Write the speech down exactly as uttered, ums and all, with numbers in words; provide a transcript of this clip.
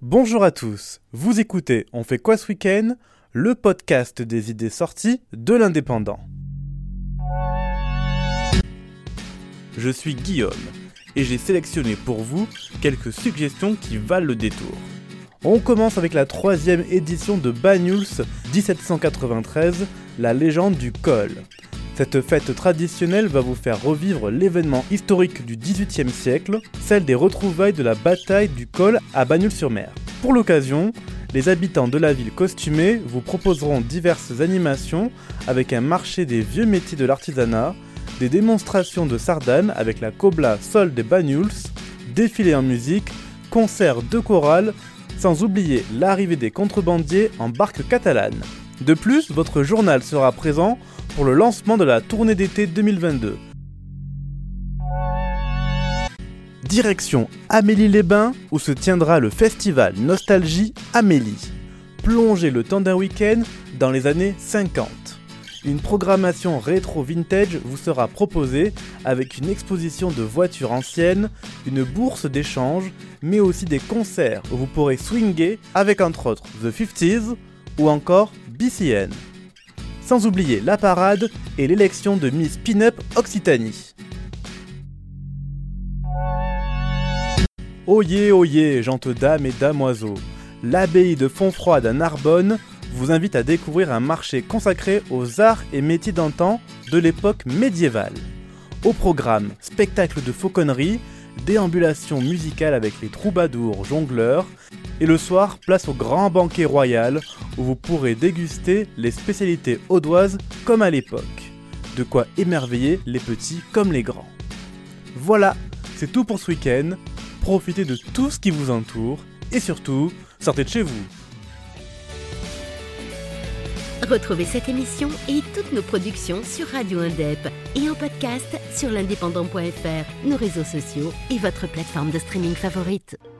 Bonjour à tous, vous écoutez On fait quoi ce week-end ? Le podcast des idées sorties de l'Indépendant. Je suis Guillaume et j'ai sélectionné pour vous quelques suggestions qui valent le détour. On commence avec la troisième édition de Banyuls dix-sept cent quatre-vingt-treize, la légende du col. Cette fête traditionnelle va vous faire revivre l'événement historique du dix-huitième siècle, celle des retrouvailles de la bataille du col à Bagnols-sur-Mer. Pour l'occasion, les habitants de la ville costumés vous proposeront diverses animations avec un marché des vieux métiers de l'artisanat, des démonstrations de sardanes avec la Cobla Sol des Banyuls, défilés en musique, concerts de chorale, sans oublier l'arrivée des contrebandiers en barque catalane. De plus, votre journal sera présent pour le lancement de la tournée d'été deux mille vingt-deux. Direction Amélie-les-Bains, où se tiendra le festival Nostalgie Amélie. Plongez le temps d'un week-end dans les années cinquante. Une programmation rétro-vintage vous sera proposée avec une exposition de voitures anciennes, une bourse d'échange, mais aussi des concerts où vous pourrez swinguer avec entre autres The cinquantaines ou encore B C N. Sans oublier la parade et l'élection de Miss Pin-Up Occitanie. Oyez, oyez, gentes dames et damoiseaux, l'abbaye de Fontfroide à Narbonne vous invite à découvrir un marché consacré aux arts et métiers d'antan de l'époque médiévale. Au programme, spectacle de fauconnerie, déambulation musicale avec les troubadours jongleurs, et le soir, place au grand banquet royal où vous pourrez déguster les spécialités audoises comme à l'époque. De quoi émerveiller les petits comme les grands. Voilà, c'est tout pour ce week-end. Profitez de tout ce qui vous entoure et surtout, sortez de chez vous. Retrouvez cette émission et toutes nos productions sur Radio Indep et en podcast sur l'indépendant point f r, nos réseaux sociaux et votre plateforme de streaming favorite.